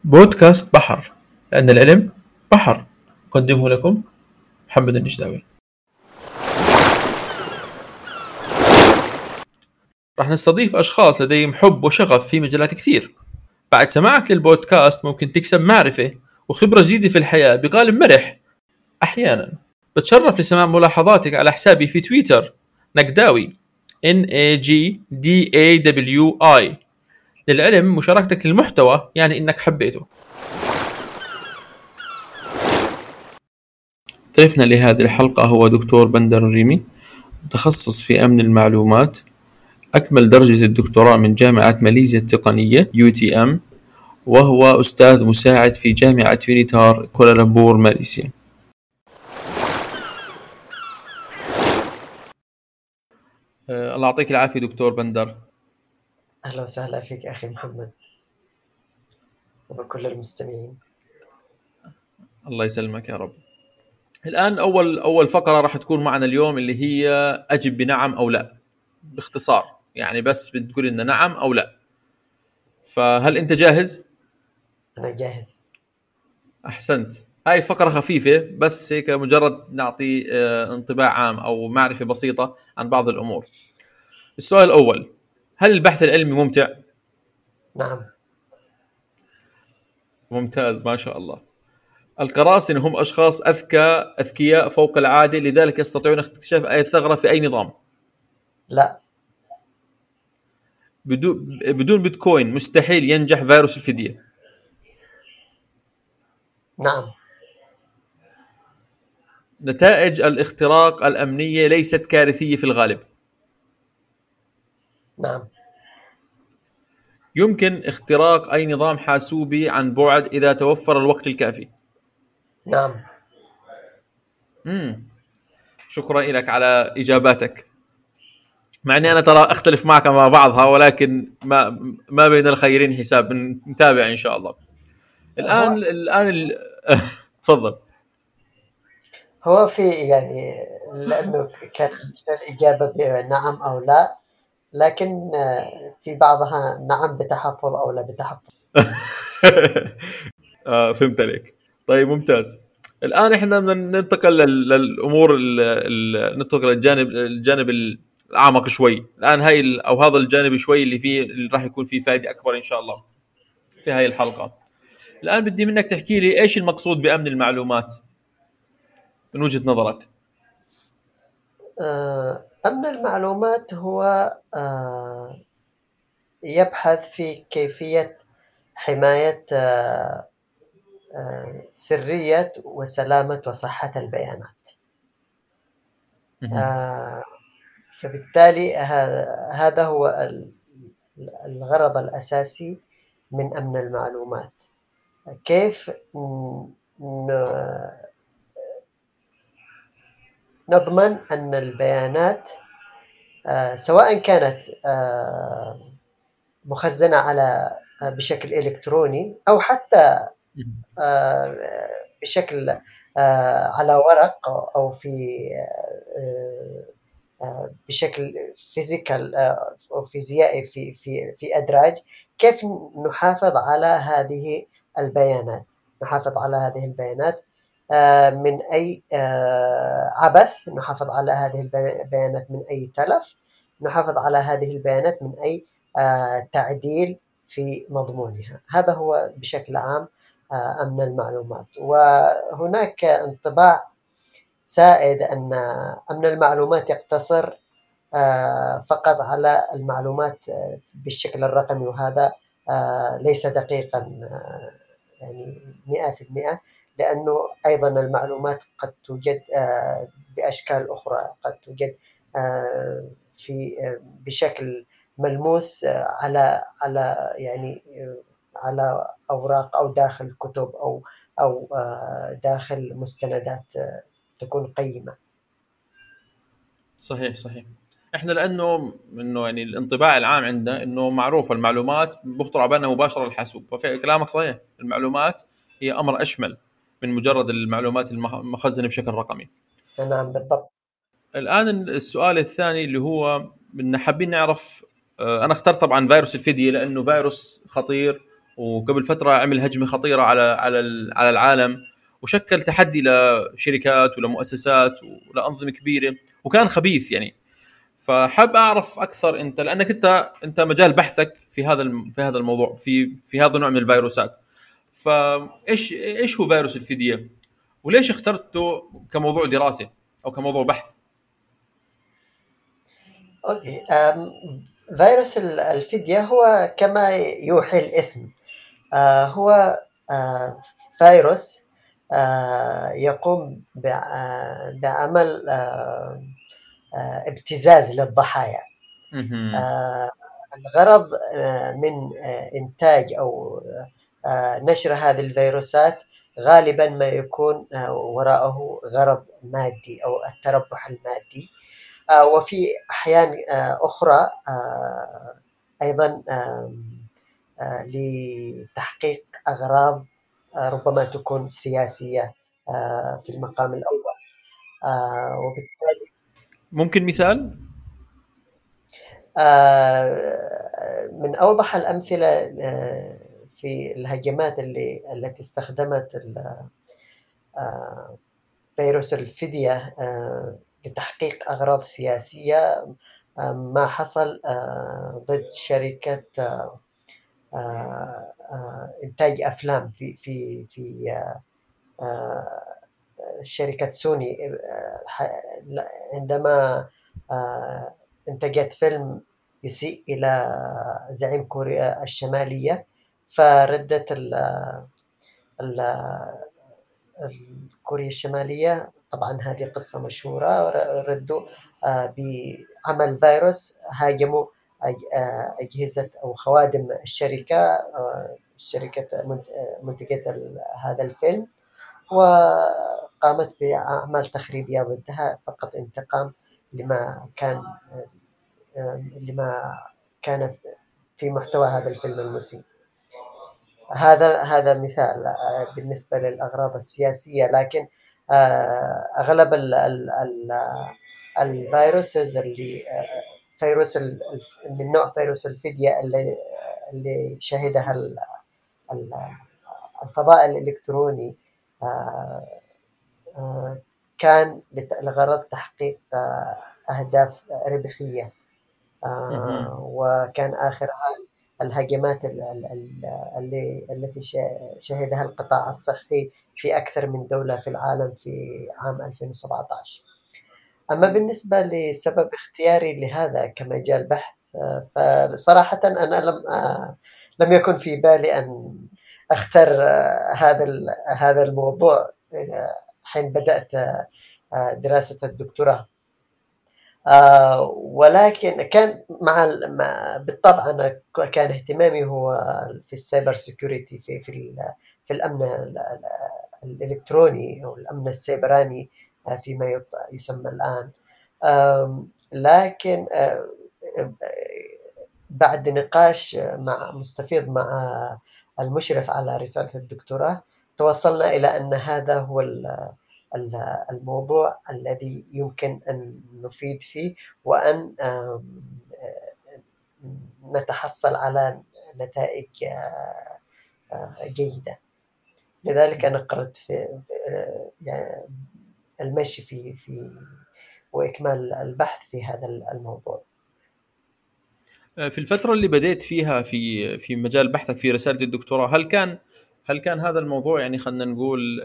بودكاست بحر، لأن العلم بحر. أقدمه لكم محمد النجداوي. راح نستضيف أشخاص لديهم حب وشغف في مجالات كثير. بعد سماعك للبودكاست ممكن تكسب معرفة وخبرة جديدة في الحياة بقالب مرح. أحيانا بتشرف لسماع ملاحظاتك على حسابي في تويتر نجداوي NAGDAWI. للعلم مشاركتك للمحتوى يعني إنك حبيته. ضيفنا لهذه الحلقة هو دكتور بندر الريمي، متخصص في أمن المعلومات، أكمل درجة الدكتوراه من جامعة ماليزيا التقنية UTM، وهو أستاذ مساعد في جامعة يونيتار كوالالمبور ماليزيا. الله يعطيك العافية دكتور بندر. أهلا وسهلا فيك أخي محمد وبكل المستمعين. الله يسلمك يا رب. الآن أول فقرة راح تكون معنا اليوم اللي هي أجب بنعم أو لا، باختصار يعني بس بتقول لنا نعم أو لا. فهل أنت جاهز؟ أنا جاهز. أحسنت. هاي فقرة خفيفة بس هيك مجرد نعطي انطباع عام أو معرفة بسيطة عن بعض الأمور. السؤال الأول: هل البحث العلمي ممتع؟ نعم. ممتاز ما شاء الله. القراصنة هم أشخاص أذكياء فوق العادة، لذلك يستطيعون اكتشاف أي ثغرة في أي نظام. لا. بدون بيتكوين مستحيل ينجح فيروس الفدية. نعم. نتائج الاختراق الأمنية ليست كارثية في الغالب. نعم. يمكن اختراق أي نظام حاسوبي عن بعد إذا توفر الوقت الكافي. نعم. شكرا لك على إجاباتك، مع أني أنا ترى أختلف معك مع بعضها، ولكن ما بين الخيرين حساب. نتابع إن شاء الله. الآن هو الآن تفضل. هو في لأنه كان الإجابة بنعم أو لا، لكن في بعضها نعم بتحفظ أو لا بتحفظ. فهمت عليك. طيب ممتاز. الآن احنا بدنا ننتقل للأمور ننتقل الجانب الأعمق شوي. الآن أو هذا الجانب شوي اللي راح يكون فيه فائدة أكبر إن شاء الله في هاي الحلقة. الآن بدي منك تحكي لي إيش المقصود بأمن المعلومات من وجهة نظرك. أمن المعلومات هو يبحث في كيفية حماية سرية وسلامة وصحة البيانات. فبالتالي هذا هو الغرض الأساسي من أمن المعلومات. كيف نضمن أن البيانات سواء كانت مخزنة بشكل إلكتروني أو حتى بشكل على ورق أو بشكل فيزيكال أو فيزيائي في أدراج. كيف نحافظ على هذه البيانات؟ نحافظ على هذه البيانات من أي عبث، نحافظ على هذه البيانات من أي تلف، نحافظ على هذه البيانات من أي تعديل في مضمونها. هذا هو بشكل عام أمن المعلومات. وهناك انطباع سائد أن أمن المعلومات يقتصر فقط على المعلومات بالشكل الرقمي، وهذا ليس دقيقا يعني 100%، لأنه أيضا المعلومات قد توجد بأشكال أخرى، قد توجد في بشكل ملموس على أوراق أو داخل كتب أو داخل مستندات تكون قيمة. صحيح صحيح. احنا لانه يعني الانطباع العام عندنا انه معروف المعلومات بخطر على بالنا مباشره الحاسوب، ففي كلامك صحيح. المعلومات هي امر اشمل من مجرد المعلومات المخزنه بشكل رقمي. نعم بالضبط. الان السؤال الثاني اللي هو بدنا حابين نعرف. انا اخترت طبعا فيروس الفدية لانه فيروس خطير وقبل فتره عمل هجمه خطيره على العالم، وشكل تحدي لشركات ولمؤسسات ولانظمه كبيره، وكان خبيث يعني. فحاب اعرف اكثر انت، لانك انت مجال بحثك في هذا الموضوع، في هذا النوع من الفيروسات. فايش هو فيروس الفدية، وليش اخترته كموضوع دراسة او كموضوع بحث؟ أوكي. فيروس الفدية هو كما يوحي الاسم. هو فيروس يقوم بعمل ابتزاز للضحايا. مهم. آه، الغرض من إنتاج أو نشر هذه الفيروسات غالبا ما يكون وراءه غرض مادي أو التربح المادي. وفي أحيان أخرى أيضا لتحقيق أغراض ربما تكون سياسية في المقام الأول. وبالتالي ممكن مثال؟ من أوضح الأمثلة في الهجمات التي استخدمت آه، فيروس الفدية لتحقيق أغراض سياسية، ما حصل ضد شركة إنتاج أفلام في آه، شركة سوني. عندما آه، انتجت فيلم يسيء إلى زعيم كوريا الشمالية، فردت كوريا الشمالية، طبعا هذه قصة مشهورة، ردوا بعمل فيروس هاجموا أجهزة أو خوادم الشركة، شركة منتجة هذا الفيلم، وقامت بأعمال تخريبية ضدها فقط انتقام لما كان لما كان في محتوى هذا الفيلم المسيء. هذا مثال بالنسبة للأغراض السياسية، لكن أغلب الفيروسز اللي فيروس من نوع فيروس الفدية اللي شهدها الفضاء الإلكتروني آه، كان لغرض تحقيق أهداف ربحية. مهم. وكان آخرها الهجمات التي شهدها القطاع الصحي في أكثر من دولة في العالم في عام 2017. أما بالنسبة لسبب اختياري لهذا كمجال بحث، فصراحة أنا لم يكن في بالي أن أختار هذا الموضوع حين بدأت دراسة الدكتوراه. ولكن كان بالطبع أنا كان اهتمامي هو في السايبر سيكوريتي، في الأمن الإلكتروني أو الأمن السيبراني فيما يسمى الآن. لكن بعد نقاش مستفيض مع المشرف على رسالة الدكتوراه، توصلنا إلى أن هذا هو الموضوع الذي يمكن أن نفيد فيه، وأن نتحصل على نتائج جيدة. لذلك أنا قررت يعني المشي وإكمال البحث في هذا الموضوع. في الفترة اللي بديت فيها في مجال بحثك في رسالة الدكتوراه، هل كان هذا الموضوع، يعني خلينا نقول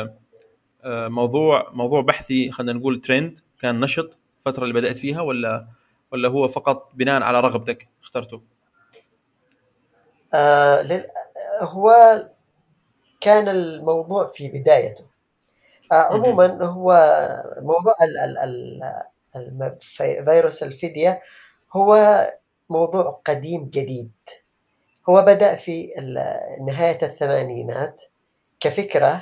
موضوع بحثي، خلينا نقول ترند، كان نشط الفترة اللي بدأت فيها، ولا هو فقط بناء على رغبتك اخترته؟ آه، لل- هو كان الموضوع في بدايته. مهم. عموما هو موضوع فيروس الفدية هو موضوع قديم جديد. هو بدأ في نهاية الثمانينات كفكرة،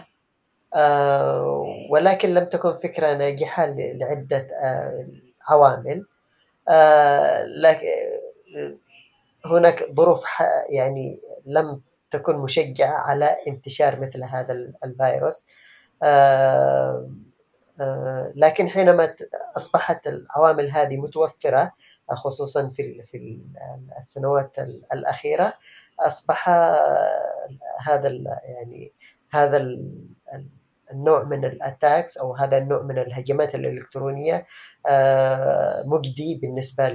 ولكن لم تكن فكرة ناجحة لعدة عوامل. لكن هناك ظروف يعني لم تكن مشجعة على انتشار مثل هذا الفيروس. آه، لكن حينما أصبحت العوامل هذه متوفرة، خصوصا السنوات الأخيرة، أصبح هذا يعني هذا النوع من الاتاكس او هذا النوع من الهجمات الالكترونيه مجدي بالنسبه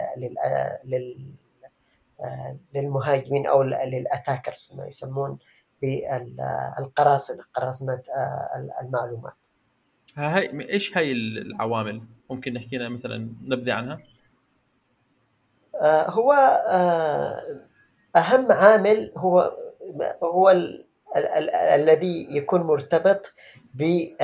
للمهاجمين او للاتاكرز، ما يسمون بالقراصنه، قراصنه المعلومات. هاي ايش هاي العوامل؟ ممكن نحكي لنا مثلا نبذه عنها؟ هو أهم عامل هو الذي يكون مرتبط ب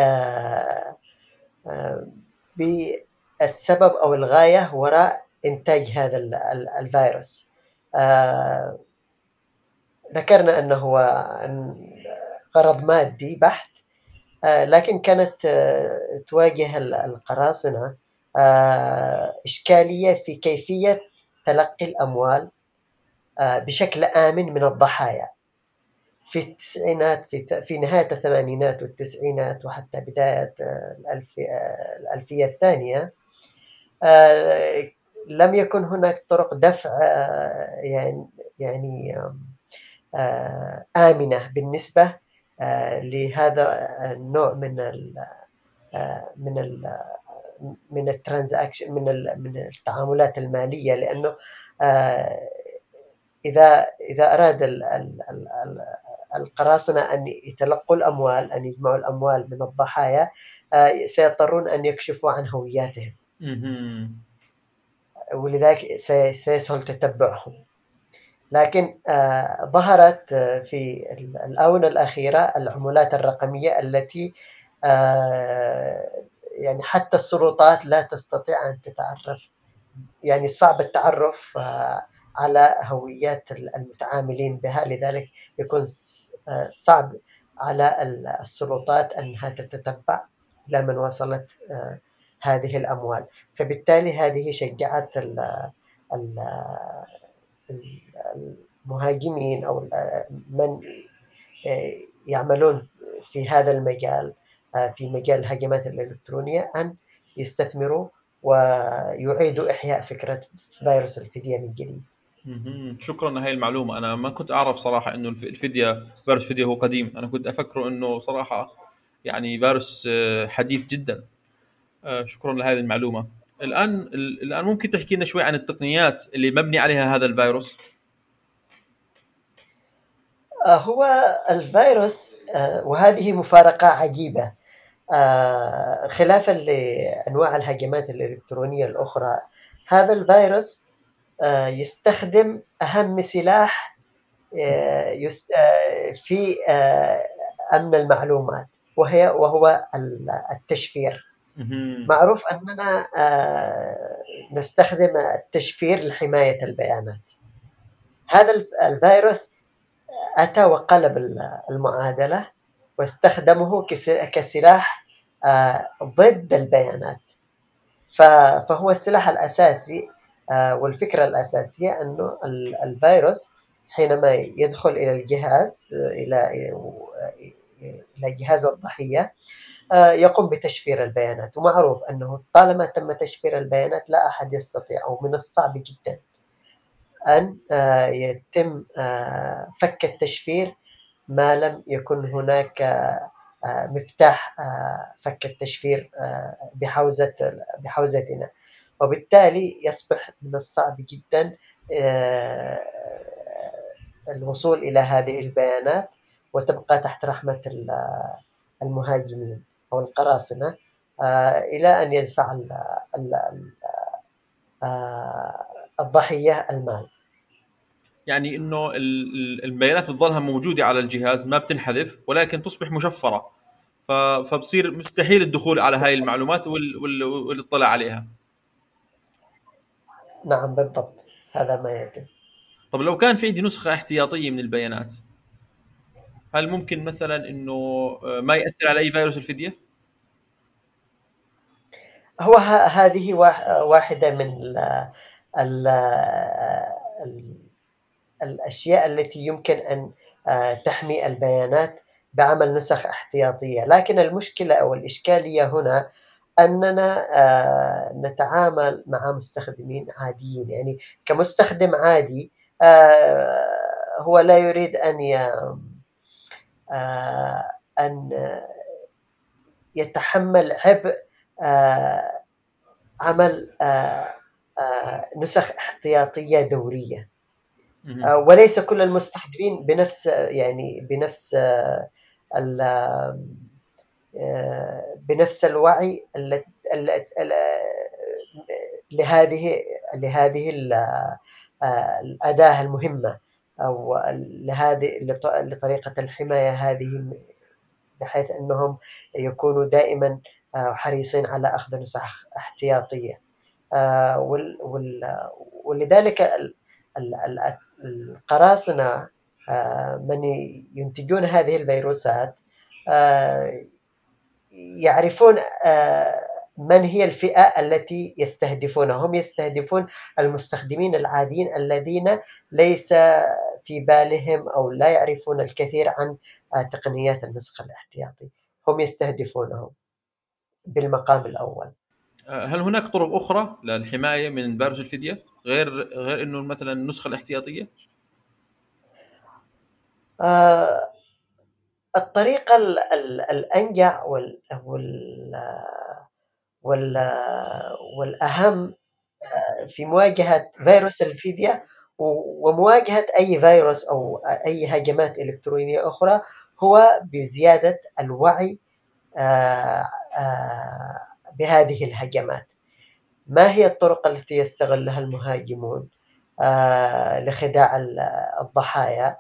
بالسبب أو الغاية وراء إنتاج هذا الفيروس. آه، ذكرنا أنه هو غرض مادي بحت، لكن كانت تواجه القراصنة إشكالية في كيفية تلقي الأموال بشكل آمن من الضحايا. في التسعينات، في نهاية الثمانينات والتسعينات وحتى بداية الألفية الثانية، لم يكن هناك طرق دفع يعني آمنة بالنسبة لهذا النوع من من الترانزاكشن، من التعاملات المالية، لأنه إذا أراد القراصنة أن يتلقوا الأموال، أن يجمعوا الأموال من الضحايا، سيضطرون أن يكشفوا عن هوياتهم، ولذلك سيسهل تتبعهم. لكن ظهرت في الآونة الأخيرة العملات الرقمية التي يعني حتى السلطات لا تستطيع أن تتعرف، يعني صعب التعرف على هويات المتعاملين بها، لذلك يكون صعب على السلطات أنها تتتبع إلى من وصلت هذه الأموال. فبالتالي هذه شجعت المهاجمين أو من يعملون في هذا المجال، في مجال الهجمات الإلكترونية، أن يستثمروا ويعيدوا إحياء فكرة فيروس الفدية من جديد. شكرا لهي المعلومة. أنا ما كنت أعرف صراحة إنه الفدية، فيروس فدية هو قديم. أنا كنت أفكره إنه صراحة يعني فيروس حديث جدا. شكرا لهذه المعلومة. الآن ممكن تحكي لنا شوي عن التقنيات اللي مبني عليها هذا الفيروس؟ هو الفيروس، وهذه مفارقة عجيبة، خلافا لأنواع الهجمات الإلكترونية الأخرى، هذا الفيروس يستخدم أهم سلاح في أمن المعلومات، وهو التشفير. معروف أننا نستخدم التشفير لحماية البيانات. هذا الفيروس أتى وقلب المعادلة واستخدمه كسلاح ضد البيانات. فهو السلاح الأساسي، والفكرة الأساسية أنه الفيروس حينما يدخل إلى الجهاز، إلى جهاز الضحية، يقوم بتشفير البيانات. ومعروف أنه طالما تم تشفير البيانات لا أحد يستطيع، أو من الصعب جدا أن يتم فك التشفير ما لم يكن هناك مفتاح فك التشفير بحوزتنا، وبالتالي يصبح من الصعب جدا الوصول إلى هذه البيانات، وتبقى تحت رحمة المهاجمين أو القراصنة إلى أن يدفع الضحية المال. يعني انه البيانات بتظلها موجوده على الجهاز، ما بتنحذف، ولكن تصبح مشفره. فبصير مستحيل الدخول على هاي المعلومات والاطلاع عليها. نعم بالضبط، هذا ما يتم. طب لو كان في عندي نسخه احتياطيه من البيانات، هل ممكن مثلا انه ما ياثر على اي فيروس الفديه؟ هو هذه واحدة من ال الأشياء التي يمكن أن تحمي البيانات بعمل نسخ احتياطية. لكن المشكلة أو الإشكالية هنا أننا نتعامل مع مستخدمين عاديين، يعني كمستخدم عادي هو لا يريد أن يتحمل عبء آه، عمل نسخ احتياطية دورية. مهم. وليس كل المستخدمين بنفس بنفس الوعي لهذه لهذه الأداة المهمة، أو لطريقة الحماية هذه، بحيث أنهم يكونوا دائما حريصين على أخذ نسخ احتياطية. ولذلك القراصنة من ينتجون هذه الفيروسات آه، يعرفون من هي الفئة التي يستهدفونها. هم يستهدفون المستخدمين العاديين الذين ليس في بالهم أو لا يعرفون الكثير عن تقنيات النسخ الاحتياطي، هم يستهدفونهم بالمقام الأول. هل هناك طرق أخرى للحماية من فيروس الفدية غير إنه مثلا النسخة الاحتياطية؟ آه، الطريقة الأنجع وال والأهم في مواجهة فيروس الفدية ومواجهة أي فيروس أو أي هجمات إلكترونية أخرى هو بزيادة الوعي آه، آه، بهذه الهجمات. ما هي الطرق التي يستغلها المهاجمون لخداع الضحايا؟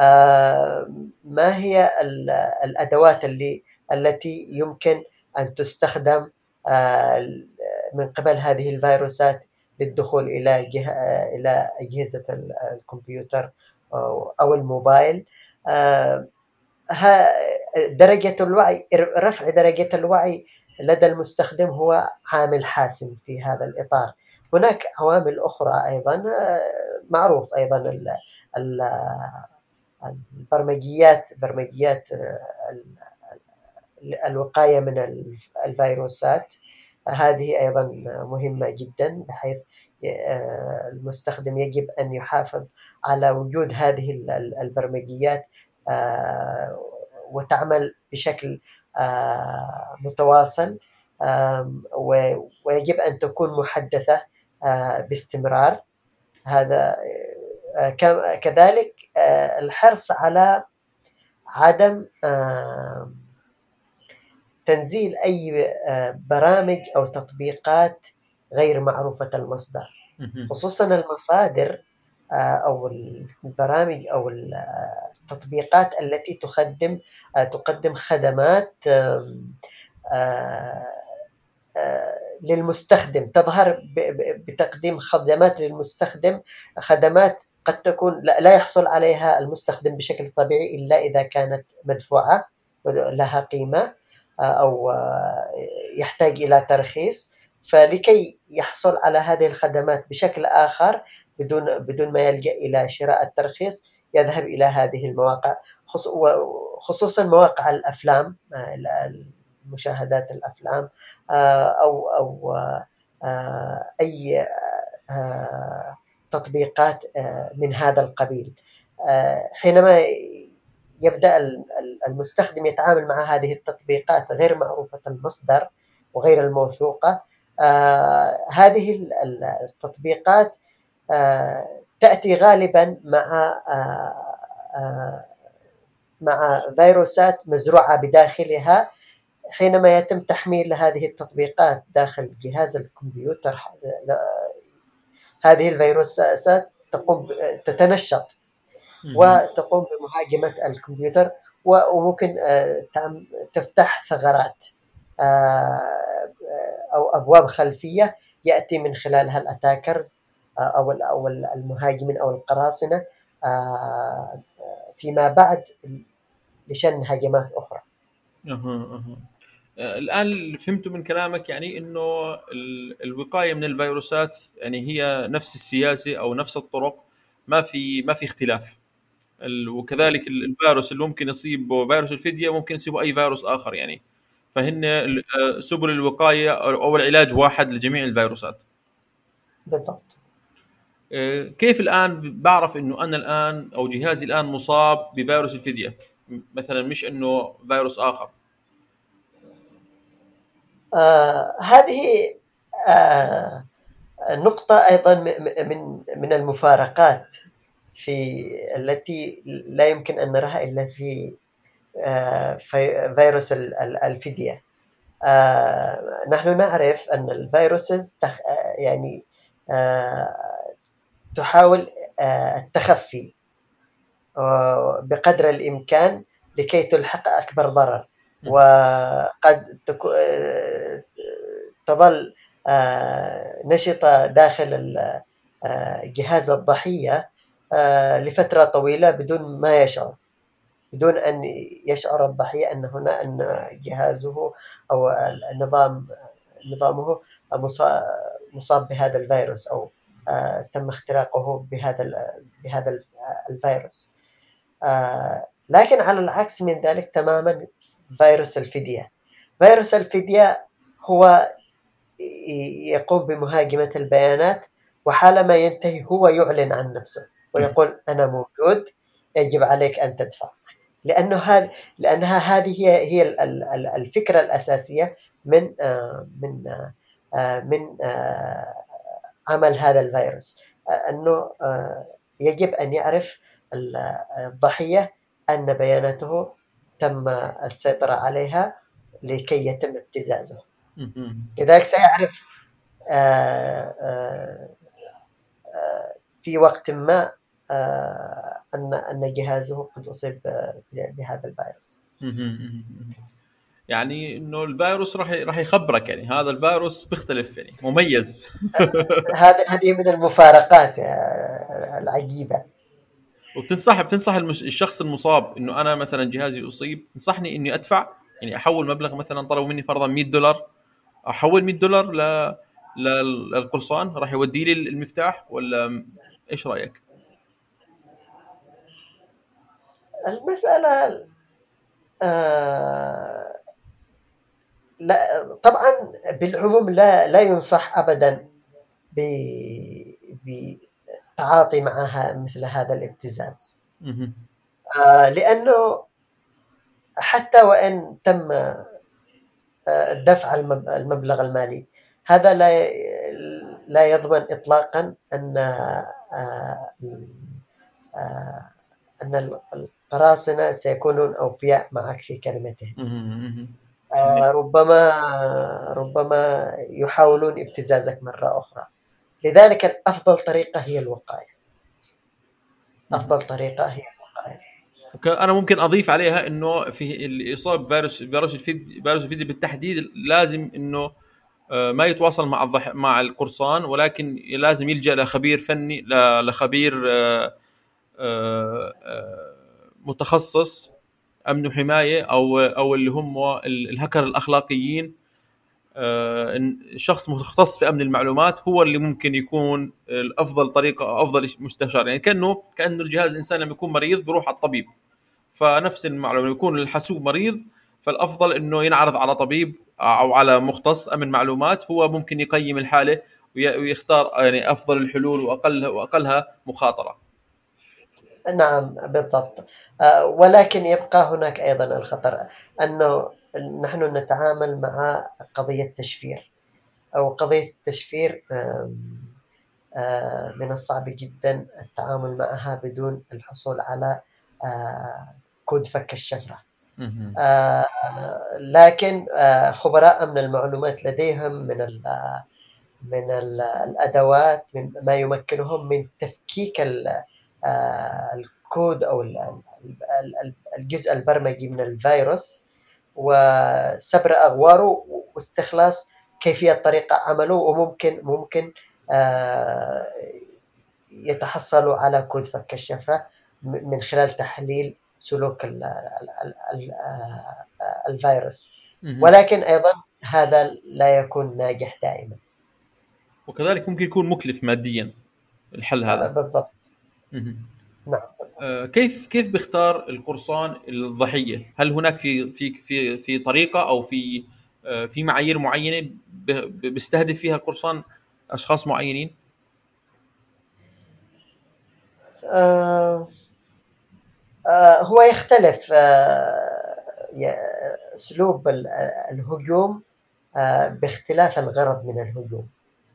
ما هي الأدوات التي يمكن أن تستخدم آه، من قبل هذه الفيروسات للدخول إلى أجهزة الكمبيوتر أو الموبايل؟ آه، درجة الوعي، رفع درجة الوعي لدى المستخدم هو عامل حاسم في هذا الإطار. هناك عوامل أخرى أيضا معروف أيضا برمجيات الوقاية من الفيروسات، هذه أيضا مهمة جدا، بحيث المستخدم يجب أن يحافظ على وجود هذه البرمجيات وتعمل بشكل متواصل، ويجب أن تكون محدثة باستمرار. هذا كذلك الحرص على عدم تنزيل أي برامج أو تطبيقات غير معروفة المصدر، مهم. خصوصا المصادر أو البرامج أو التطبيقات التي تقدم خدمات للمستخدم، تظهر بتقديم خدمات للمستخدم، خدمات قد تكون لا يحصل عليها المستخدم بشكل طبيعي إلا إذا كانت مدفوعة لها قيمة أو يحتاج إلى ترخيص. فلكي يحصل على هذه الخدمات بشكل آخر بدون ما يلجأ إلى شراء الترخيص، يذهب إلى هذه المواقع، خصوصا مواقع الأفلام، مشاهدات الأفلام أو أي تطبيقات من هذا القبيل. حينما يبدأ المستخدم يتعامل مع هذه التطبيقات غير معروفة المصدر وغير الموثوقة، هذه التطبيقات تأتي غالبا مع فيروسات مزروعة بداخلها. حينما يتم تحميل هذه التطبيقات داخل جهاز الكمبيوتر، هذه الفيروسات تتنشط مهم. وتقوم بمهاجمة الكمبيوتر، وممكن تفتح ثغرات أو أبواب خلفية يأتي من خلالها الأتاكرز أو المهاجمين أو القراصنة فيما بعد لشن هجمات أخرى. أها أها. الآن اللي فهمته من كلامك يعني إنه الوقاية من الفيروسات يعني هي نفس السياسة أو نفس الطرق، ما في اختلاف. وكذلك الفيروس اللي ممكن يصيبه فيروس الفدية ممكن يصيبه أي فيروس آخر يعني. فهن سبل الوقايه او العلاج واحد لجميع الفيروسات. بالضبط. كيف الان بعرف انه انا الان او جهازي الان مصاب بفيروس الفدية مثلا، مش انه فيروس اخر؟ هذه آه نقطة أيضا من المفارقات في التي لا يمكن أن نراها إلا في فيروس الفدية. نحن نعرف أن الفيروسز يعني آه، تحاول التخفي بقدر الإمكان لكي تلحق أكبر ضرر، وقد تظل نشطة داخل جهاز الضحية لفترة طويلة بدون ما يشعر، بدون أن يشعر الضحية أن جهازه أو نظامه مصاب بهذا الفيروس، أو تم اختراقه بهذا الفيروس. لكن على العكس من ذلك تماما، فيروس الفدية فيروس الفدية هو يقوم بمهاجمة البيانات، وحالما ينتهي هو يعلن عن نفسه ويقول أنا موجود، يجب عليك أن تدفع. لأنها هذه هي الفكرة الأساسية من عمل هذا الفيروس، أنه يجب أن يعرف الضحية أن بياناته تم السيطرة عليها لكي يتم ابتزازه. لذلك سيعرف في وقت ما أن جهازه قد أصيب بهذا الفيروس. يعني انه الفيروس راح يخبرك، يعني هذا الفيروس بيختلف، يعني مميز. هذه من المفارقات العجيبة. بتنصح الشخص المصاب انه انا مثلا جهازي اصيب، تنصحني اني ادفع، يعني احول مبلغ، مثلا طلبوا مني فرضا $100، احول $100 للقرصان راح يودي لي المفتاح، ولا ايش رايك؟ المسألة آه، لا طبعا، بالعموم لا ينصح أبدا بالتعاطي معها مثل هذا الابتزاز، لأنه حتى وإن تم دفع المبلغ المالي، هذا لا يضمن إطلاقا آه، آه، أن القراصنة سيكونون أوفياء معك في كلمتهم. صحيح. ربما يحاولون ابتزازك مرة أخرى. لذلك الأفضل طريقة هي الوقاية. أفضل طريقة هي الوقاية. انا ممكن اضيف عليها انه في الاصابه فيروس الفيديو بالتحديد لازم انه ما يتواصل مع القرصان، ولكن لازم يلجأ لخبير فني، لخبير متخصص امن وحمايه، او اللي هم الهكر الاخلاقيين. شخص مختص في امن المعلومات هو اللي ممكن يكون الافضل طريقه او افضل مستشار، يعني كانه الجهاز الانساني لما يكون مريض بيروح على الطبيب، فنفس المعلومه لما يكون الحاسوب مريض، فالافضل انه ينعرض على طبيب او على مختص امن معلومات، هو ممكن يقيم الحاله ويختار يعني افضل الحلول واقلها مخاطره. نعم بالضبط. ولكن يبقى هناك أيضا الخطر، أنه نحن نتعامل مع قضية تشفير، أو قضية التشفير من الصعب جدا التعامل معها بدون الحصول على كود فك الشفرة. آه، لكن خبراء أمن المعلومات لديهم من الأدوات، من ما يمكنهم من تفكيك الكود أو الجزء البرمجي من الفيروس، وسبر أغواره، واستخلاص كيفية طريقة عمله، وممكن آه، يتحصلوا على كود فك الشفرة من خلال تحليل سلوك الفيروس. ولكن أيضا هذا لا يكون ناجح دائما. وكذلك ممكن يكون مكلف ماديا الحل هذا. بالضبط. نعم. كيف بيختار القرصان الضحيه؟ هل هناك في طريقه او في معايير معينه بيستهدف فيها القرصان اشخاص معينين؟ آه، هو يختلف أسلوب الهجوم باختلاف الغرض من الهجوم.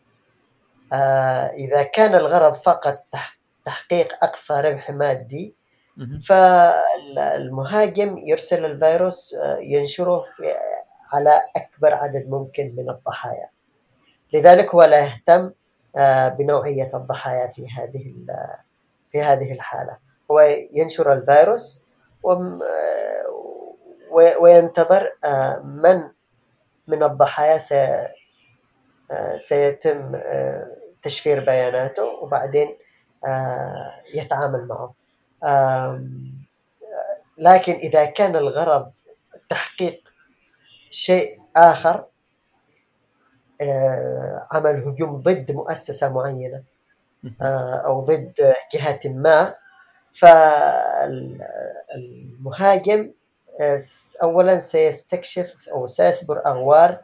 إذا كان الغرض فقط تحقيق أقصى ربح مادي، مهم. فالمهاجم يرسل الفيروس ينشره على أكبر عدد ممكن من الضحايا. لذلك هو لا يهتم بنوعية الضحايا في هذه الحالة. هو ينشر الفيروس وينتظر من الضحايا سيتم تشفير بياناته، وبعدين يتعامل معه. لكن إذا كان الغرض تحقيق شيء آخر، عمل هجوم ضد مؤسسة معينة مهم. أو ضد جهة ما، فالمهاجم أولا سيستكشف أو سيسبر أغوار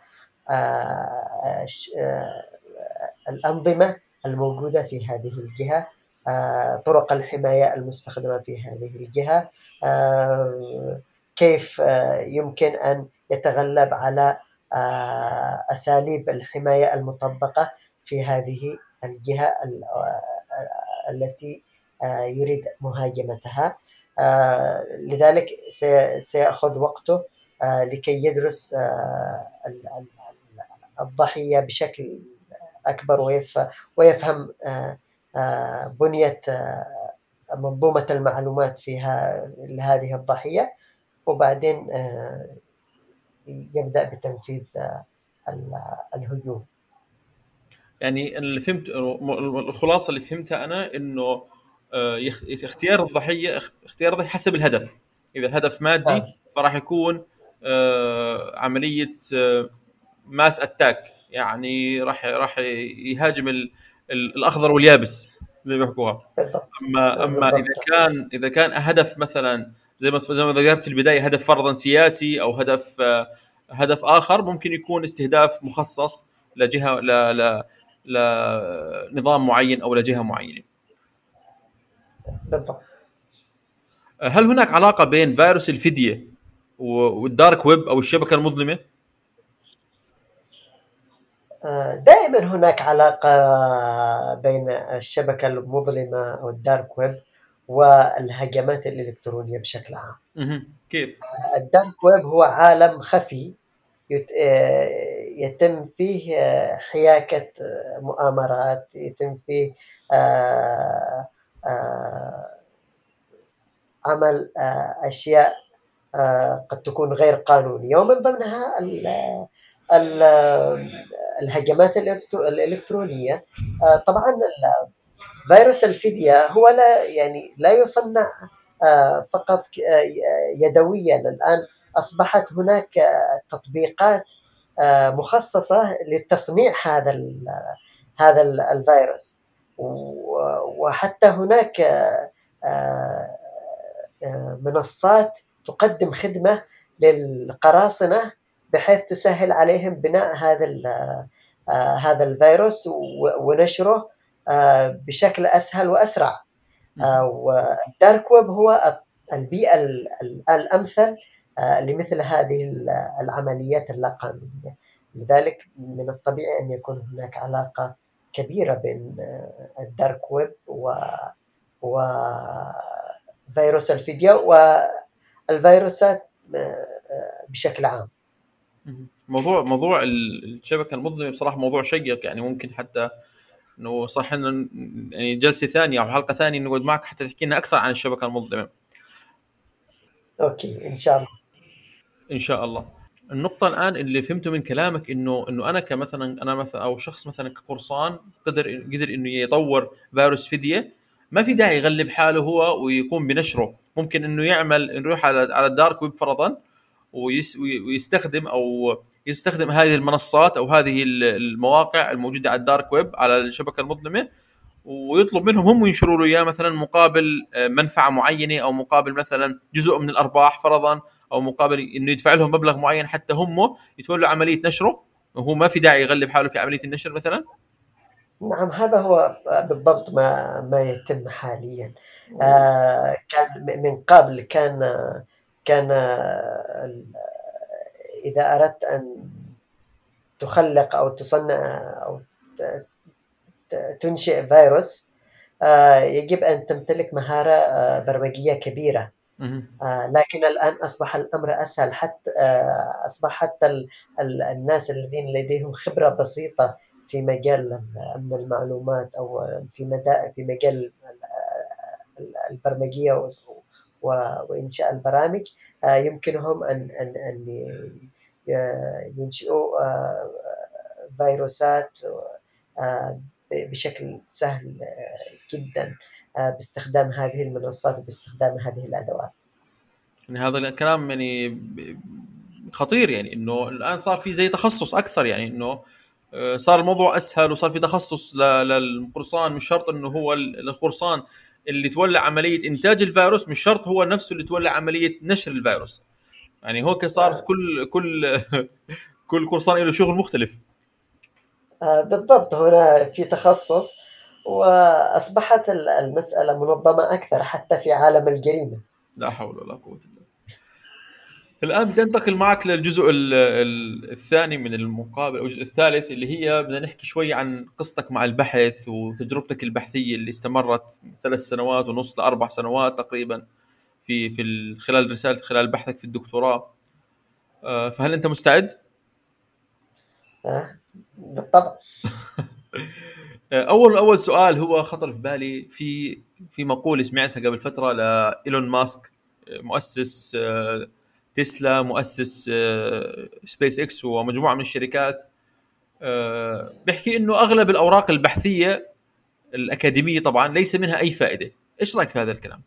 الأنظمة الموجودة في هذه الجهة، طرق الحماية المستخدمة في هذه الجهة، كيف يمكن أن يتغلب على أساليب الحماية المطبقة في هذه الجهة التي يريد مهاجمتها. لذلك سيأخذ وقته لكي يدرس الضحية بشكل أكبر، ويفهم بنية منظومة المعلومات فيها لهذه الضحية، وبعدين يبدأ بتنفيذ الهجوم. يعني اللي فهمت، الخلاصه اللي فهمتها انا انه اختيار الضحيه حسب الهدف. اذا الهدف مادي نعم، فراح يكون عمليه ماس اتاك، يعني راح يهاجم الاخضر واليابس زي ما بيحكوها. بالضبط. اما اذا بالضبط. كان هدف مثلا زي ما ذكرت في البدايه، هدف فرضا سياسي او هدف اخر، ممكن يكون استهداف مخصص لجهه لنظام معين او لجهه معينه. بالضبط. هل هناك علاقه بين فيروس الفديه والدارك ويب او الشبكه المظلمه؟ دائما هناك علاقة بين الشبكة المظلمة أو الدارك ويب والهجمات الإلكترونية بشكل عام. كيف؟ الدارك ويب هو عالم خفي يتم فيه حياكة مؤامرات، يتم فيه آه، آه، عمل أشياء قد تكون غير قانونية، ومن ضمنها ال- الهجمات الإلكترونية. طبعا فيروس الفدية هو لا يصنع فقط يدويا. الآن أصبحت هناك تطبيقات مخصصة لتصنيع هذا الفيروس، وحتى هناك منصات تقدم خدمة للقراصنة بحيث تسهل عليهم بناء هذا الفيروس ونشره بشكل أسهل وأسرع. والدارك ويب هو البيئة الأمثل لمثل هذه العمليات اللا قانونية. لذلك من الطبيعي أن يكون هناك علاقة كبيرة بين الدارك ويب وفيروس الفدية والفيروسات بشكل عام. موضوع الشبكه المظلمه بصراحه موضوع شيق، يعني ممكن حتى انه صح انه يعني جلسه ثانيه او حلقه ثانيه نقعد معك حتى تحكي لنا اكثر عن الشبكه المظلمه. أوكي، إن شاء الله. ان شاء الله. النقطه الان اللي فهمته من كلامك انه انا كمثلا، انا مثلا او شخص مثلا كقرصان قدر انه يطور فيروس فديه، ما في داعي يغلب حاله هو ويقوم بنشره. ممكن انه يروح على الدارك ويب فرضا، ويستخدم هذه المنصات او هذه المواقع الموجوده على الدارك ويب على الشبكه المظلمه، ويطلب منهم هم ينشروا له اياه مثلا مقابل منفعه معينه، او مقابل مثلا جزء من الارباح فرضا، او مقابل انه يدفع لهم مبلغ معين حتى هم يتولوا عمليه نشره، وهو ما في داعي يغلب حاله في عمليه النشر مثلا. نعم، هذا هو بالضبط ما يتم حاليا. كان من قبل كان إذا أردت أن تخلق أو تصنع أو تنشئ فيروس، يجب أن تمتلك مهارة برمجية كبيرة. لكن الآن أصبح الأمر أسهل، حتى أصبح حتى الناس الذين لديهم خبرة بسيطة في مجال أمن المعلومات، أو في مجال البرمجية وإنشاء البرامج، يمكنهم أن ينشئوا فيروسات بشكل سهل جدا، باستخدام هذه المنصات وباستخدام هذه الأدوات. يعني هذا الكلام يعني خطير، يعني انه الان صار في زي تخصص اكثر، يعني انه صار الموضوع اسهل، وصار في تخصص للقرصان. مش شرط انه هو القرصان اللي تولى عمليه انتاج الفيروس، مش شرط هو نفسه اللي تولى عمليه نشر الفيروس. يعني هو صار كل كل قرصان له شغل مختلف. بالضبط، هنا في تخصص، وأصبحت المسألة منظمة أكثر حتى في عالم الجريمة. لا حول ولا قوه الا بالله. الآن بدي أنتقل معك للجزء الثاني من المقابل، أو الجزء الثالث، اللي هي بدنا نحكي شوي عن قصتك مع البحث وتجربتك البحثية اللي استمرت 3 سنوات ونص ل4 سنوات تقريبا خلال رسالة، خلال بحثك في الدكتوراه. فهل أنت مستعد؟ بالطبع. أول سؤال هو خطر في بالي، في مقولة سمعتها قبل فترة لإيلون ماسك، مؤسس تسلا، مؤسس سبيس اكس ومجموعة من الشركات. بيحكي انه اغلب الاوراق البحثيه الاكاديميه طبعا ليس منها اي فائده. ايش رايك في هذا الكلام؟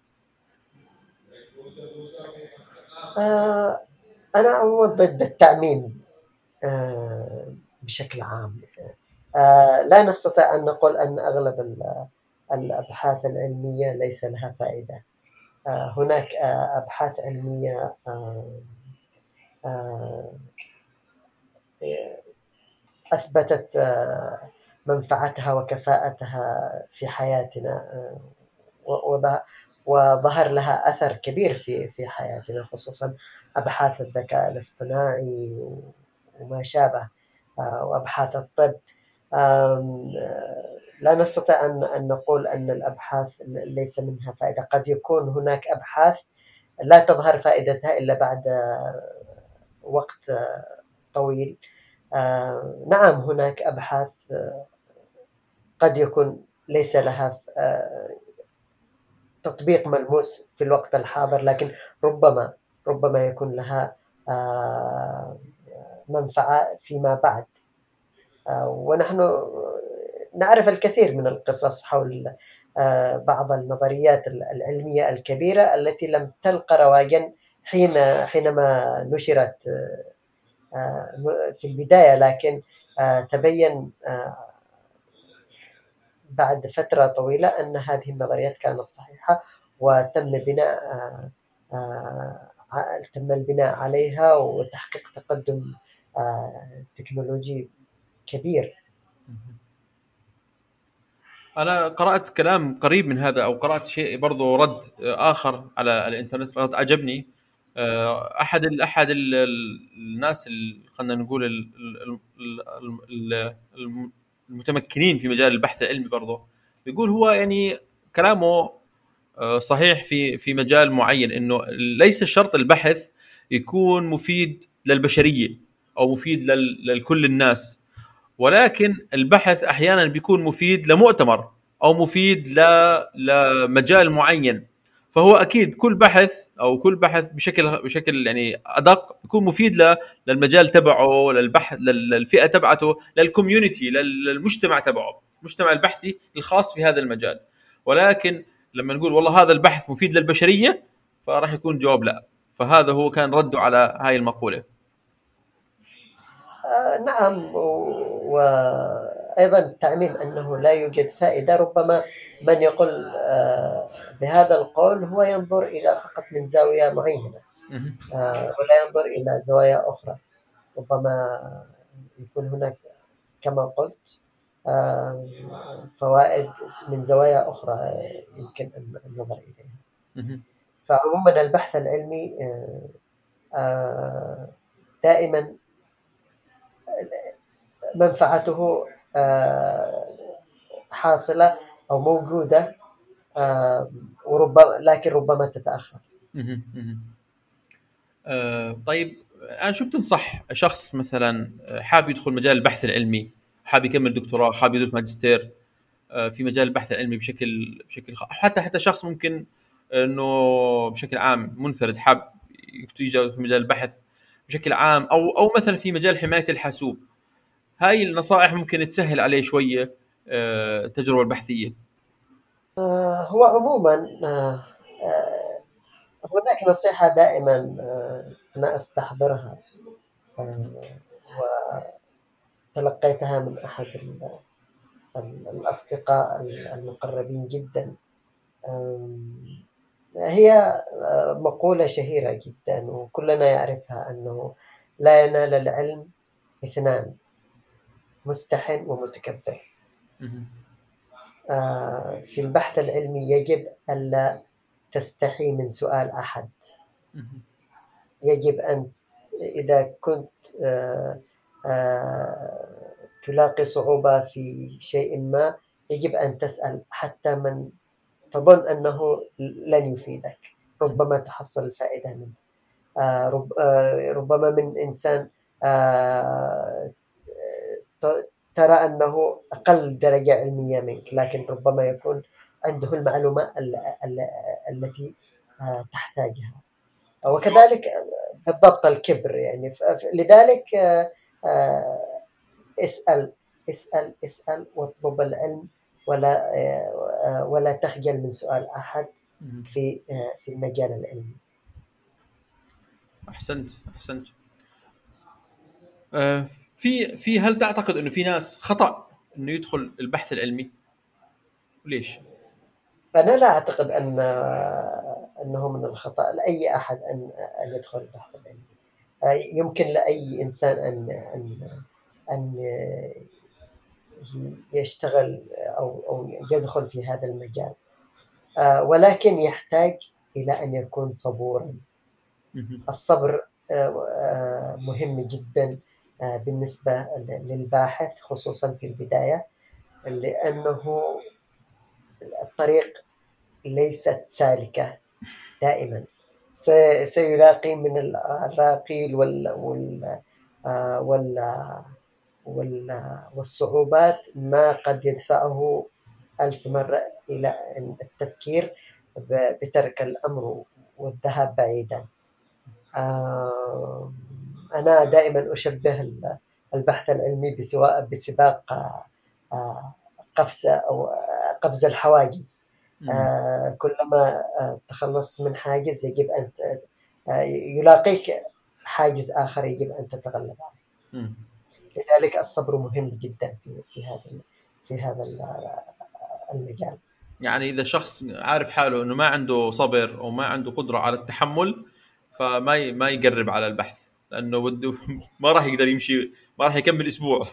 آه، أنا عموما ضد التعميم بشكل عام. لا نستطيع أن نقول أن أغلب الأبحاث العلمية ليس لها فائدة. هناك أبحاث علمية آه، أثبتت منفعتها وكفاءتها في حياتنا، وظهر لها أثر كبير في حياتنا، خصوصا أبحاث الذكاء الاصطناعي وما شابه، وأبحاث الطب. لا نستطيع أن نقول أن الأبحاث ليس منها فائدة. قد يكون هناك أبحاث لا تظهر فائدتها إلا بعد وقت طويل. نعم، هناك أبحاث قد يكون ليس لها تطبيق ملموس في الوقت الحاضر، لكن ربما يكون لها منفعة فيما بعد. ونحن نعرف الكثير من القصص حول بعض النظريات العلمية الكبيرة التي لم تلق رواجا حينما نشرت في البداية، لكن تبين بعد فترة طويلة أن هذه النظريات كانت صحيحة، تم البناء عليها وتحقيق تقدم تكنولوجي كبير. انا قرات كلام قريب من هذا، او قرات شيء برضو رد اخر على الانترنت، رد عجبني. الناس خلينا نقول المتمكنين في مجال البحث العلمي برضه، بيقول هو يعني كلامه صحيح في مجال معين، انه ليس شرط البحث يكون مفيد للبشريه او مفيد لكل الناس، ولكن البحث احيانا بيكون مفيد لمؤتمر او مفيد لمجال معين. فهو اكيد كل بحث، او كل بحث بشكل يعني ادق يكون مفيد للمجال تبعه، للبحث، للفئه تبعته، للكوميونتي، للمجتمع تبعه، المجتمع البحثي الخاص في هذا المجال. ولكن لما نقول والله هذا البحث مفيد للبشريه، فراح يكون جواب لا. فهذا هو كان رده على هاي المقوله. نعم، أيضا تعميم أنه لا يوجد فائدة، ربما من يقول بهذا القول هو ينظر إلى فقط من زاوية معينة، مهم. ولا ينظر إلى زوايا أخرى. ربما يكون هناك كما قلت آه، فوائد من زوايا أخرى يمكن أن النظر إليها. مهم. فعموما البحث العلمي دائما منفعته حاصلة أو موجودة، وربما لكن ربما تتأخر. مهم. مهم. طيب، الآن شو بتنصح شخص مثلا حاب يدخل مجال البحث العلمي، حاب يكمل دكتوراه، حاب يدرس ماجستير في مجال البحث العلمي أو حتى شخص ممكن انه بشكل عام منفرد حاب يجي في مجال البحث بشكل عام، او مثلا في مجال حماية الحاسوب. هاي النصائح ممكن تسهل عليه شوية التجربة البحثية. هو عموما هناك نصيحة دائما أنا أستحضرها، آه، وتلقيتها من أحد الأصدقاء المقربين جدا. هي مقولة شهيرة جدا وكلنا يعرفها، أنه لا ينال العلم اثنان: مستحن ومتكبر. مهم. في البحث العلمي يجب ألا تستحي من سؤال أحد. مهم. يجب أن إذا كنت آه، تلاقي صعوبة في شيء ما، يجب أن تسأل حتى من تظن أنه لن يفيدك، ربما تحصل الفائدة منه. ربما من إنسان ترى أنه أقل درجة علمية منك، لكن ربما يكون عنده المعلومة التي تحتاجها. وكذلك بالضبط الكبر، يعني لذلك اسأل اسأل اسأل واطلب العلم، ولا تخجل من سؤال أحد مهم. في المجال العلمي. احسنت احسنت. في هل تعتقد انه في ناس خطأ انه يدخل البحث العلمي؟ وليش؟ فأنا لا أعتقد أنه من الخطأ لأي أحد أن يدخل البحث العلمي. يمكن لأي إنسان أن يشتغل أو يدخل في هذا المجال، ولكن يحتاج إلى أن يكون صبورا. مهم. الصبر مهم جدا بالنسبة للباحث، خصوصا في البداية، لأنه الطريق ليست سالكة دائما. سيلاقي من العراقيل وال والصعوبات ما قد يدفعه ألف مرة إلى التفكير بترك الأمر والذهاب بعيدا. أنا دائما أشبه البحث العلمي بسباق قفز الحواجز. مهم. كلما تخلصت من حاجز يجب أن يلاقيك حاجز آخر يجب أن تتغلب عليه. مهم. لذلك الصبر مهم جدا في هذا المجال. يعني اذا شخص عارف حاله انه ما عنده صبر او ما عنده قدره على التحمل، ما يقرب على البحث، لانه بده ما راح يقدر يمشي، ما راح يكمل اسبوع.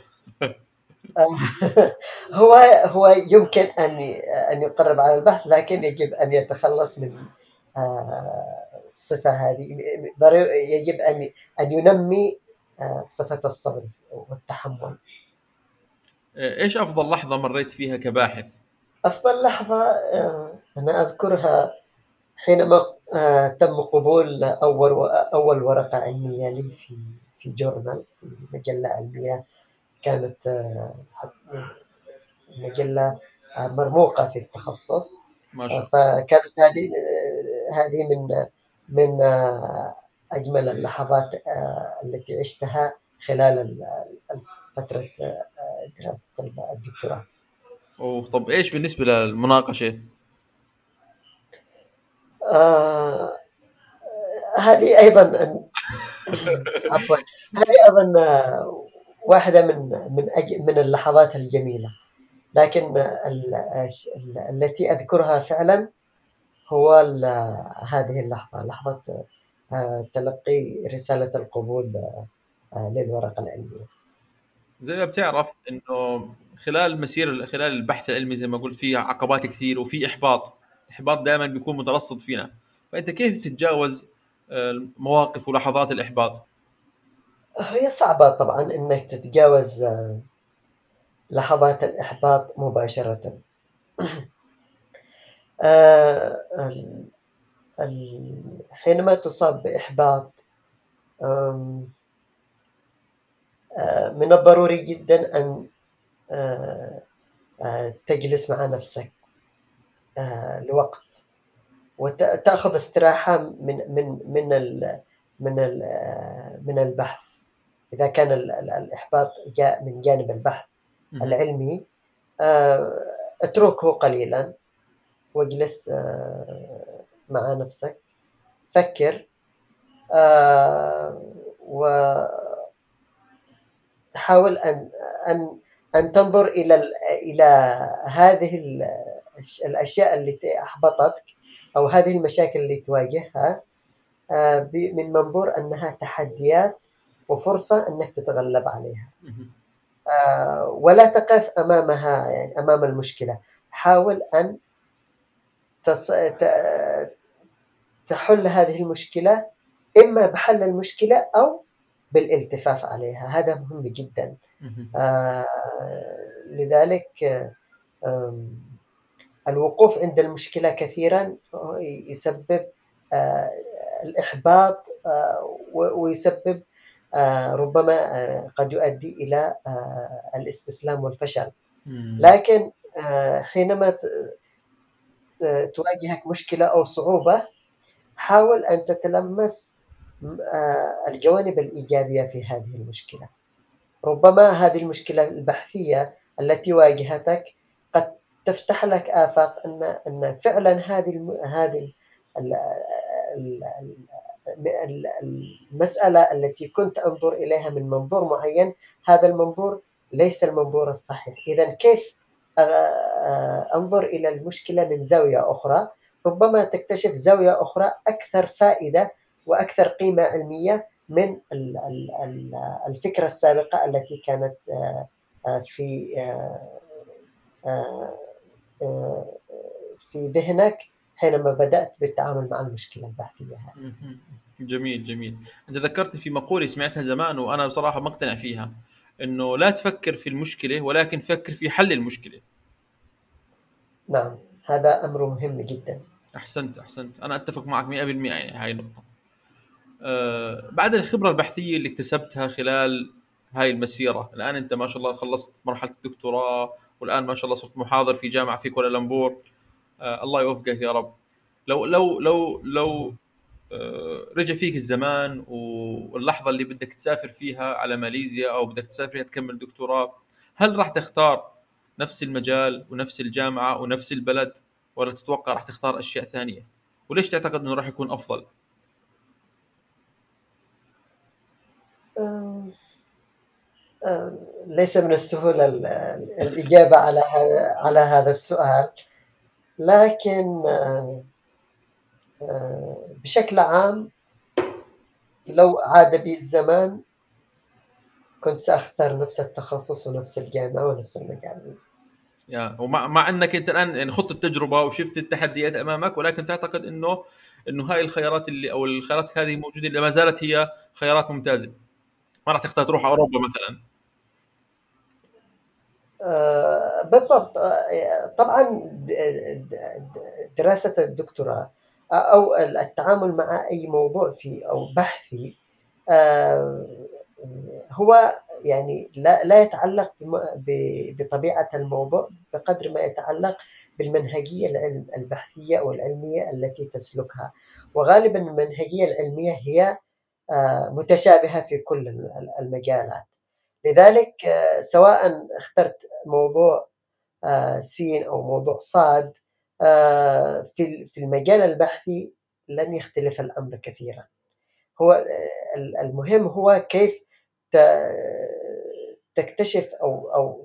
هو يمكن أن يقرب على البحث، لكن يجب أن يتخلص من الصفة هذه. يجب أن ينمي صفة الصبر والتحمل. ايش افضل لحظه مريت فيها كباحث؟ أفضل لحظة أنا أذكرها حينما تم قبول أول ورقة علمية لي في جورنال، في مجلة علمية كانت مجلة مرموقة في التخصص. ما شاء الله. فكانت هذه من أجمل اللحظات التي عشتها خلال فترة دراسة الدكتوراه. طب ايش بالنسبه للمناقشه؟ آه، هذه أيضا عفوا، هذه أيضا واحدة من اللحظات الجميلة. لكن التي أذكرها فعلا هو هذه اللحظة، لحظة تلقي رسالة القبول للورقة العلمية. زي ما بتعرف انه خلال البحث العلمي زي ما قلت فيه عقبات كثير وفي احباط دائما بيكون مترصد فينا. فانت كيف تتجاوز مواقف ولحظات الاحباط؟ هي صعبة طبعا إنك تتجاوز لحظات الإحباط مباشرة. آه، حينما تصاب بإحباط، من الضروري جدا أن آه، تجلس مع نفسك لوقت، وتأخذ استراحة من البحث. إذا كان الإحباط جاء من جانب البحث مهم. العلمي، آه، اتركه قليلا واجلس مع نفسك، فكر، وحاول أن أن تنظر إلى هذه الأشياء التي أحبطتك، أو هذه المشاكل اللي تواجهها، من منظور أنها تحديات وفرصة أنك تتغلب عليها. مهم. ولا تقف أمامها، يعني أمام المشكلة. حاول أن تحل هذه المشكلة، إما بحل المشكلة أو بالالتفاف عليها. هذا مهم جدا. مهم. آه، لذلك الوقوف عند المشكلة كثيرا يسبب آه، الإحباط، ويسبب ربما قد يؤدي إلى الاستسلام والفشل. مم. لكن حينما تواجهك مشكلة أو صعوبة، حاول أن تتلمس الجوانب الإيجابية في هذه المشكلة. ربما هذه المشكلة البحثية التي واجهتك قد تفتح لك آفاق أن فعلا ال- ال- المسألة التي كنت أنظر إليها من منظور معين، هذا المنظور ليس المنظور الصحيح. إذا كيف أنظر إلى المشكلة من زاوية أخرى؟ ربما تكتشف زاوية أخرى أكثر فائدة وأكثر قيمة علمية من الفكرة السابقة التي كانت في في ذهنك حينما بدأت بالتعامل مع المشكلة البحثية هذه. مهم. جميل جميل. انت ذكرتني في مقولة سمعتها زمان وانا بصراحة مقتنع فيها، انه لا تفكر في المشكلة ولكن فكر في حل المشكلة. نعم، هذا أمر مهم جدا. احسنت احسنت، انا اتفق معك 100%. يعني هاي النقطة. بعد الخبرة البحثية اللي اكتسبتها خلال هاي المسيرة، الآن أنت ما شاء الله خلصت مرحلة الدكتوراه، والآن ما شاء الله صرت محاضر في جامعة في كوالالمبور. الله يوفقك يا رب. لو رجع فيك الزمان واللحظة اللي بدك تسافر فيها على ماليزيا أو بدك تسافر فيها تكمل دكتوراه، هل راح تختار نفس المجال ونفس الجامعة ونفس البلد، ولا تتوقع راح تختار أشياء ثانية؟ وليش تعتقد أنه راح يكون أفضل؟ آه، ليس من السهولة الإجابة على هذا السؤال. لكن بشكل عام، لو عاد بي الزمان كنت سأختار نفس التخصص ونفس الجامعة ونفس المجال. ومع انك انت الان يعني خضت التجربه وشفت التحديات امامك، ولكن تعتقد انه هاي الخيارات او الخيارات هذه موجوده اللي ما زالت هي خيارات ممتازه، ما راح تختار تروح اوروبا مثلا؟ بالضبط. طبعا دراسة الدكتوراه أو التعامل مع أي موضوع أو بحثي، آه، هو يعني لا يتعلق بطبيعة الموضوع بقدر ما يتعلق بالمنهجية البحثية أو العلمية التي تسلكها. وغالبا المنهجية العلمية هي متشابهة في كل المجالات. لذلك سواء اخترت موضوع سين أو موضوع صاد، في المجال البحثي لن يختلف الأمر كثيرا. هو المهم هو كيف تكتشف أو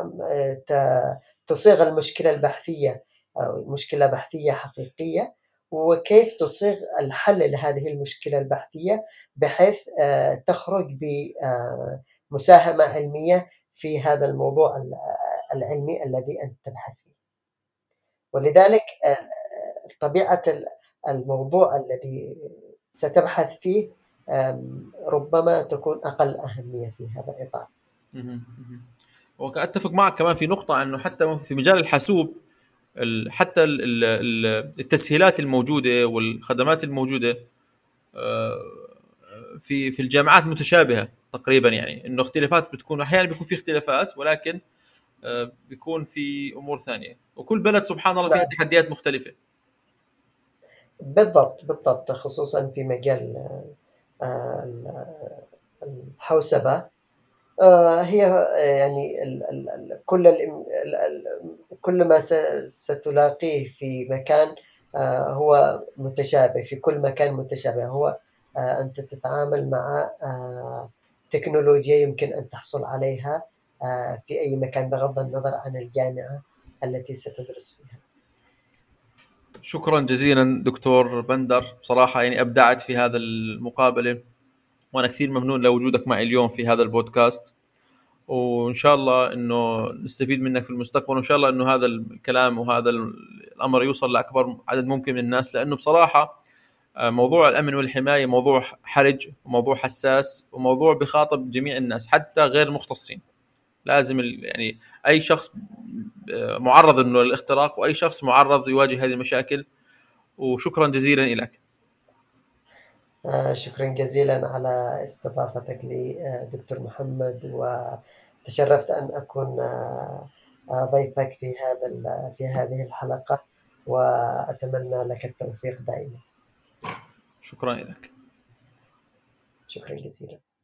تصيغ المشكلة البحثية أو مشكلة بحثية حقيقية، وكيف تصيغ الحل لهذه المشكلة البحثية بحيث تخرج بمساهمة علمية في هذا الموضوع العلمي الذي أنت تبحث فيه. ولذلك طبيعة الموضوع الذي ستبحث فيه ربما تكون أقل أهمية في هذا الإطار. وأتفق معك كمان في نقطة أنه حتى في مجال الحاسوب حتى التسهيلات الموجودة والخدمات الموجودة في الجامعات متشابهة تقريبا، يعني انه اختلافات بتكون احيانا بيكون في اختلافات، ولكن بيكون في امور ثانية، وكل بلد سبحان الله فيها نعم، تحديات مختلفة. بالضبط، خصوصا في مجال الحوسبة. هي يعني كل ما ستلاقيه في مكان هو متشابه، في كل مكان متشابه. هو أنت تتعامل مع تكنولوجيا يمكن أن تحصل عليها في أي مكان بغض النظر عن الجامعة التي ستدرس فيها. شكرا جزيلا دكتور بندر، بصراحة يعني أبدعت في هذا المقابلة، وأنا كثير ممنون لوجودك معي اليوم في هذا البودكاست، وإن شاء الله إنه نستفيد منك في المستقبل، وإن شاء الله إنه هذا الكلام وهذا الأمر يوصل لأكبر عدد ممكن من الناس، لأنه بصراحة موضوع الأمن والحماية موضوع حرج وموضوع حساس وموضوع بخاطب جميع الناس حتى غير المختصين. لازم يعني أي شخص معرض إنه للاختراق، وأي شخص معرض يواجه هذه المشاكل. وشكرا جزيلا لك. شكرا جزيلا على استضافتك لي دكتور محمد، وتشرفت أن أكون ضيفك في هذه الحلقة، وأتمنى لك التوفيق دائما. شكرا لك. شكرا جزيلا.